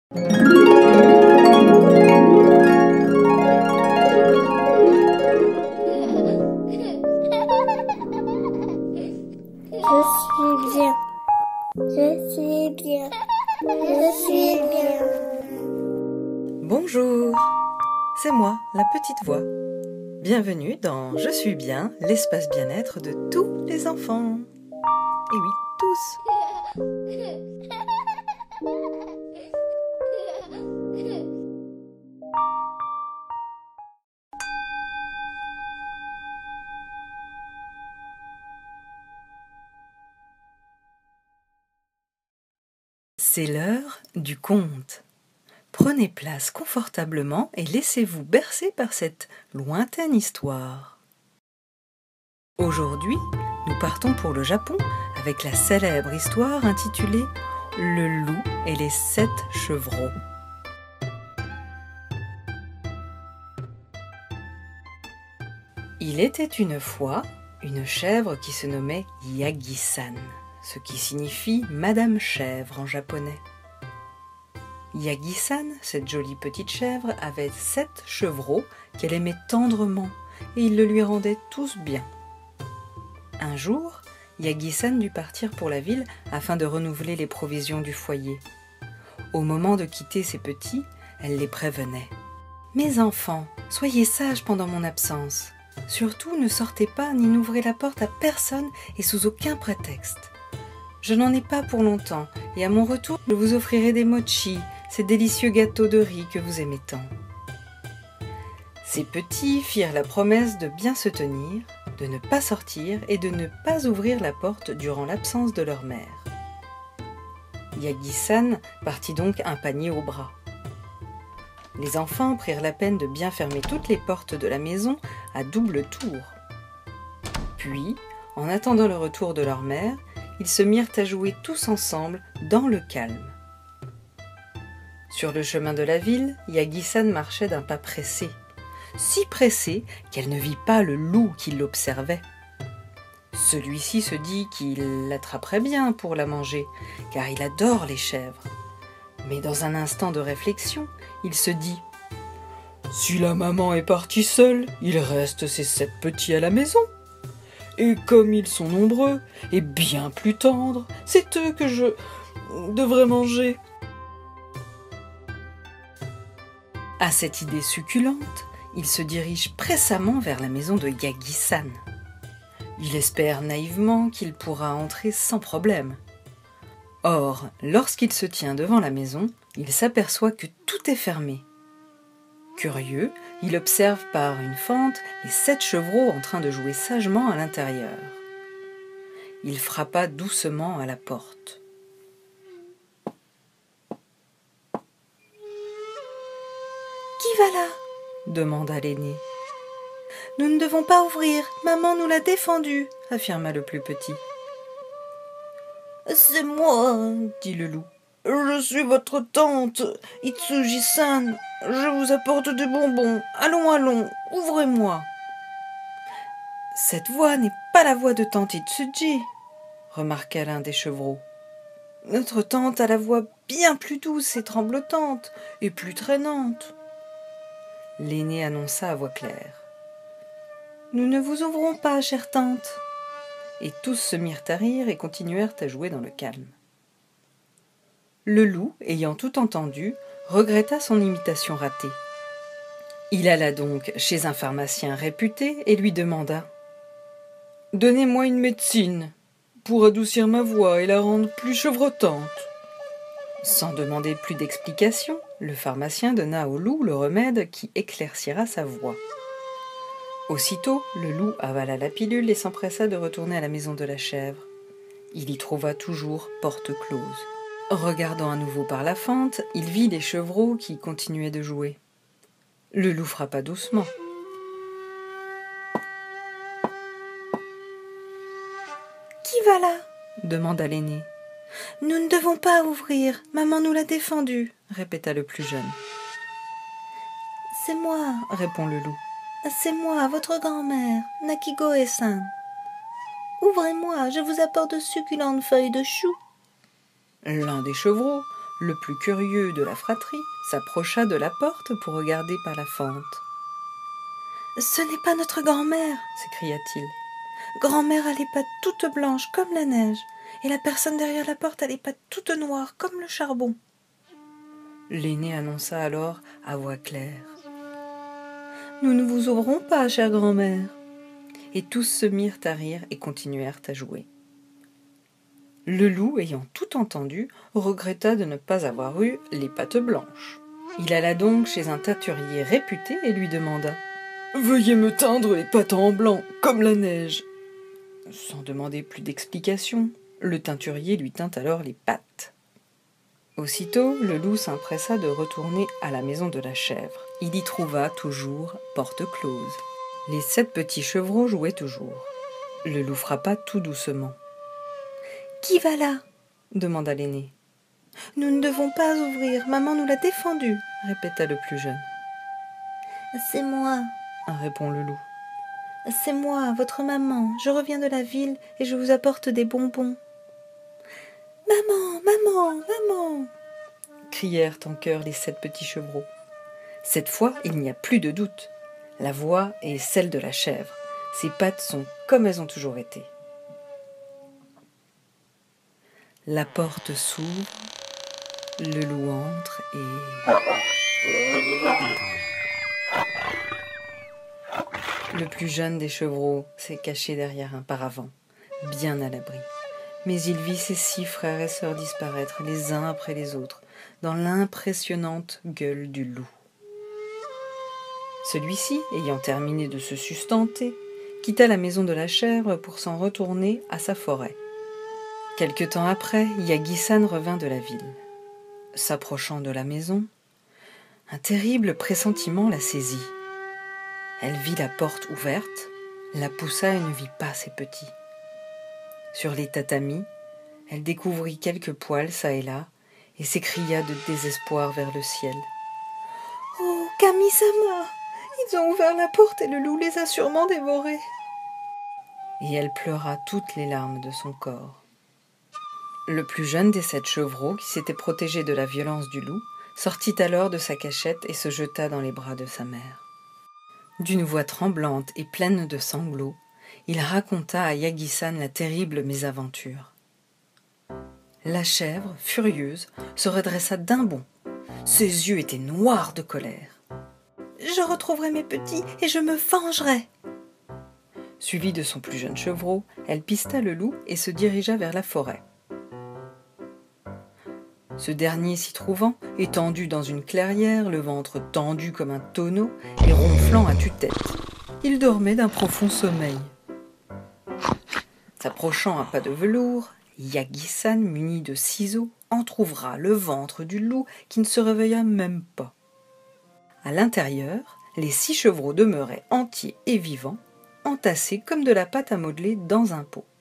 Je suis bien. Je suis bien. Je suis bien. Bonjour, c'est moi, la petite voix. Bienvenue dans Je suis bien, l'espace bien-être de tous les enfants. Et oui, tous. C'est l'heure du conte. Prenez place confortablement et laissez-vous bercer par cette lointaine histoire. Aujourd'hui, nous partons pour le Japon avec la célèbre histoire intitulée « Le loup et les 7 chevreaux ». Il était une fois une chèvre qui se nommait Yagi-san, ce qui signifie Madame Chèvre en japonais. Yagi-san, cette jolie petite chèvre, avait 7 chevreaux qu'elle aimait tendrement et ils le lui rendaient tous bien. Un jour, Yagi-san dut partir pour la ville afin de renouveler les provisions du foyer. Au moment de quitter ses petits, elle les prévenait. « Mes enfants, soyez sages pendant mon absence. Surtout, ne sortez pas ni n'ouvrez la porte à personne et sous aucun prétexte. Je n'en ai pas pour longtemps et à mon retour, je vous offrirai des mochis, ces délicieux gâteaux de riz que vous aimez tant. » Ces petits firent la promesse de bien se tenir, de ne pas sortir et de ne pas ouvrir la porte durant l'absence de leur mère. Yagi-san partit donc un panier au bras. Les enfants prirent la peine de bien fermer toutes les portes de la maison à double tour. Puis, en attendant le retour de leur mère, ils se mirent à jouer tous ensemble dans le calme. Sur le chemin de la ville, Yagi-san marchait d'un pas pressé, si pressé qu'elle ne vit pas le loup qui l'observait. Celui-ci se dit qu'il l'attraperait bien pour la manger, car il adore les chèvres. Mais dans un instant de réflexion, il se dit « Si la maman est partie seule, il reste ces 7 petits à la maison. Et comme ils sont nombreux et bien plus tendres, c'est eux que je devrais manger. » À cette idée succulente, il se dirige pressamment vers la maison de Yagi-san. Il espère naïvement qu'il pourra entrer sans problème. Or, lorsqu'il se tient devant la maison, il s'aperçoit que tout est fermé. Curieux, il observe par une fente les 7 chevreaux en train de jouer sagement à l'intérieur. Il frappa doucement à la porte. « Qui va là ?» demanda l'aîné. « Nous ne devons pas ouvrir, maman nous l'a défendu, » affirma le plus petit. « C'est moi, » dit le loup. « Je suis votre tante, Itsuji-san. Je vous apporte des bonbons. Allons, allons, ouvrez-moi. » « Cette voix n'est pas la voix de tante Itsuji, » remarqua l'un des chevreaux. « Notre tante a la voix bien plus douce et tremblotante, et plus traînante. » L'aîné annonça à voix claire. « Nous ne vous ouvrons pas, chère tante. » Et tous se mirent à rire et continuèrent à jouer dans le calme. Le loup, ayant tout entendu, regretta son imitation ratée. Il alla donc chez un pharmacien réputé et lui demanda « Donnez-moi une médecine pour adoucir ma voix et la rendre plus chevrotante. » Sans demander plus d'explications, le pharmacien donna au loup le remède qui éclaircira sa voix. Aussitôt, le loup avala la pilule et s'empressa de retourner à la maison de la chèvre. Il y trouva toujours porte close. Regardant à nouveau par la fente, il vit les chevreaux qui continuaient de jouer. Le loup frappa doucement. « Qui va là ?» demanda l'aîné. « Nous ne devons pas ouvrir, maman nous l'a défendu, » répéta le plus jeune. « C'est moi, » répond le loup. « C'est moi, votre grand-mère, Nakigoe-san. Ouvrez-moi, je vous apporte de succulentes feuilles de chou. » L'un des chevreaux, le plus curieux de la fratrie, s'approcha de la porte pour regarder par la fente. « Ce n'est pas notre grand-mère !» s'écria-t-il. « Grand-mère a les pattes toutes blanches comme la neige, et la personne derrière la porte a les pattes toutes noires comme le charbon. » L'aîné annonça alors à voix claire. « Nous ne vous ouvrons pas, chère grand-mère. » Et tous se mirent à rire et continuèrent à jouer. Le loup, ayant tout entendu, regretta de ne pas avoir eu les pattes blanches. Il alla donc chez un teinturier réputé et lui demanda « Veuillez me teindre les pattes en blanc, comme la neige !» Sans demander plus d'explications, le teinturier lui tint alors les pattes. Aussitôt, le loup s'empressa de retourner à la maison de la chèvre. Il y trouva toujours porte close. Les 7 petits chevreaux jouaient toujours. Le loup frappa tout doucement. « Qui va là ?» demanda l'aîné. « Nous ne devons pas ouvrir, maman nous l'a défendu, » répéta le plus jeune. « C'est moi, » répond le loup. « C'est moi, votre maman, je reviens de la ville et je vous apporte des bonbons. »« Maman, maman, maman !» crièrent en chœur les 7 petits chevreaux. Cette fois, il n'y a plus de doute. La voix est celle de la chèvre. Ses pattes sont comme elles ont toujours été. La porte s'ouvre, le loup entre et... Le plus jeune des chevreaux s'est caché derrière un paravent, bien à l'abri. Mais il vit ses 6 frères et sœurs disparaître les uns après les autres dans l'impressionnante gueule du loup. Celui-ci, ayant terminé de se sustenter, quitta la maison de la chèvre pour s'en retourner à sa forêt. Quelque temps après, Yagisan revint de la ville. S'approchant de la maison, un terrible pressentiment la saisit. Elle vit la porte ouverte, la poussa et ne vit pas ses petits. Sur les tatamis, elle découvrit quelques poils çà et là et s'écria de désespoir vers le ciel. « Oh, Kami-sama, ils ont ouvert la porte et le loup les a sûrement dévorés. » Et elle pleura toutes les larmes de son corps. Le plus jeune des 7 chevreaux, qui s'était protégé de la violence du loup, sortit alors de sa cachette et se jeta dans les bras de sa mère. D'une voix tremblante et pleine de sanglots, il raconta à Yagisan la terrible mésaventure. La chèvre, furieuse, se redressa d'un bond. Ses yeux étaient noirs de colère. « Je retrouverai mes petits et je me vengerai !» Suivie de son plus jeune chevreau, elle pista le loup et se dirigea vers la forêt. Ce dernier s'y trouvant, étendu dans une clairière, le ventre tendu comme un tonneau et ronflant à tue-tête. Il dormait d'un profond sommeil. S'approchant à pas de velours, Yagisan, muni de ciseaux, entr'ouvra le ventre du loup qui ne se réveilla même pas. À l'intérieur, les 6 chevreaux demeuraient entiers et vivants, entassés comme de la pâte à modeler dans un pot.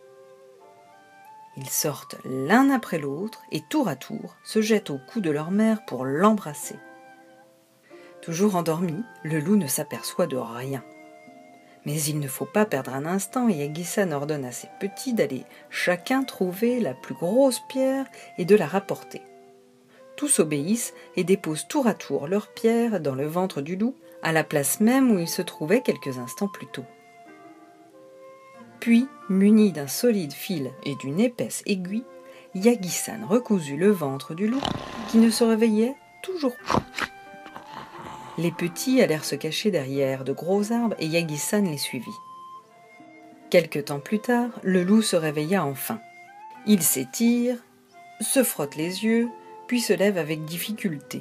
Ils sortent l'un après l'autre et tour à tour se jettent au cou de leur mère pour l'embrasser. Toujours endormi, le loup ne s'aperçoit de rien. Mais il ne faut pas perdre un instant et Yagisan ordonne à ses petits d'aller chacun trouver la plus grosse pierre et de la rapporter. Tous obéissent et déposent tour à tour leur pierre dans le ventre du loup, à la place même où il se trouvait quelques instants plus tôt. Puis, muni d'un solide fil et d'une épaisse aiguille, Yagisan recoulut le ventre du loup qui ne se réveillait toujours pas. Les petits allèrent se cacher derrière de gros arbres et Yagisan les suivit. Quelque temps plus tard, le loup se réveilla enfin. Il s'étire, se frotte les yeux, puis se lève avec difficulté.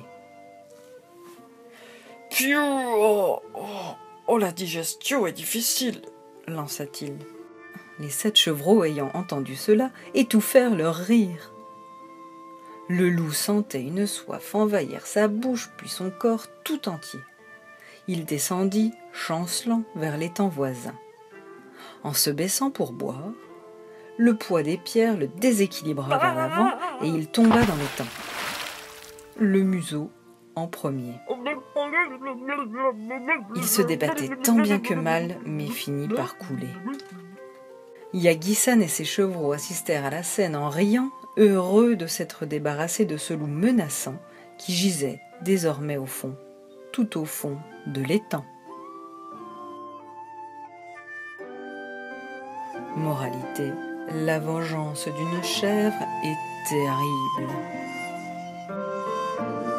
« Piou, oh, la digestion est difficile !» lança-t-il. Les 7 chevreaux, ayant entendu cela, étouffèrent leur rire. Le loup sentait une soif envahir sa bouche puis son corps tout entier. Il descendit, chancelant, vers l'étang voisin. En se baissant pour boire, le poids des pierres le déséquilibra vers l'avant et il tomba dans l'étang. Le museau en premier. Il se débattait tant bien que mal, mais finit par couler. Yagisan et ses chevreaux assistèrent à la scène en riant, heureux de s'être débarrassés de ce loup menaçant qui gisait désormais au fond, tout au fond de l'étang. Moralité, la vengeance d'une chèvre est terrible.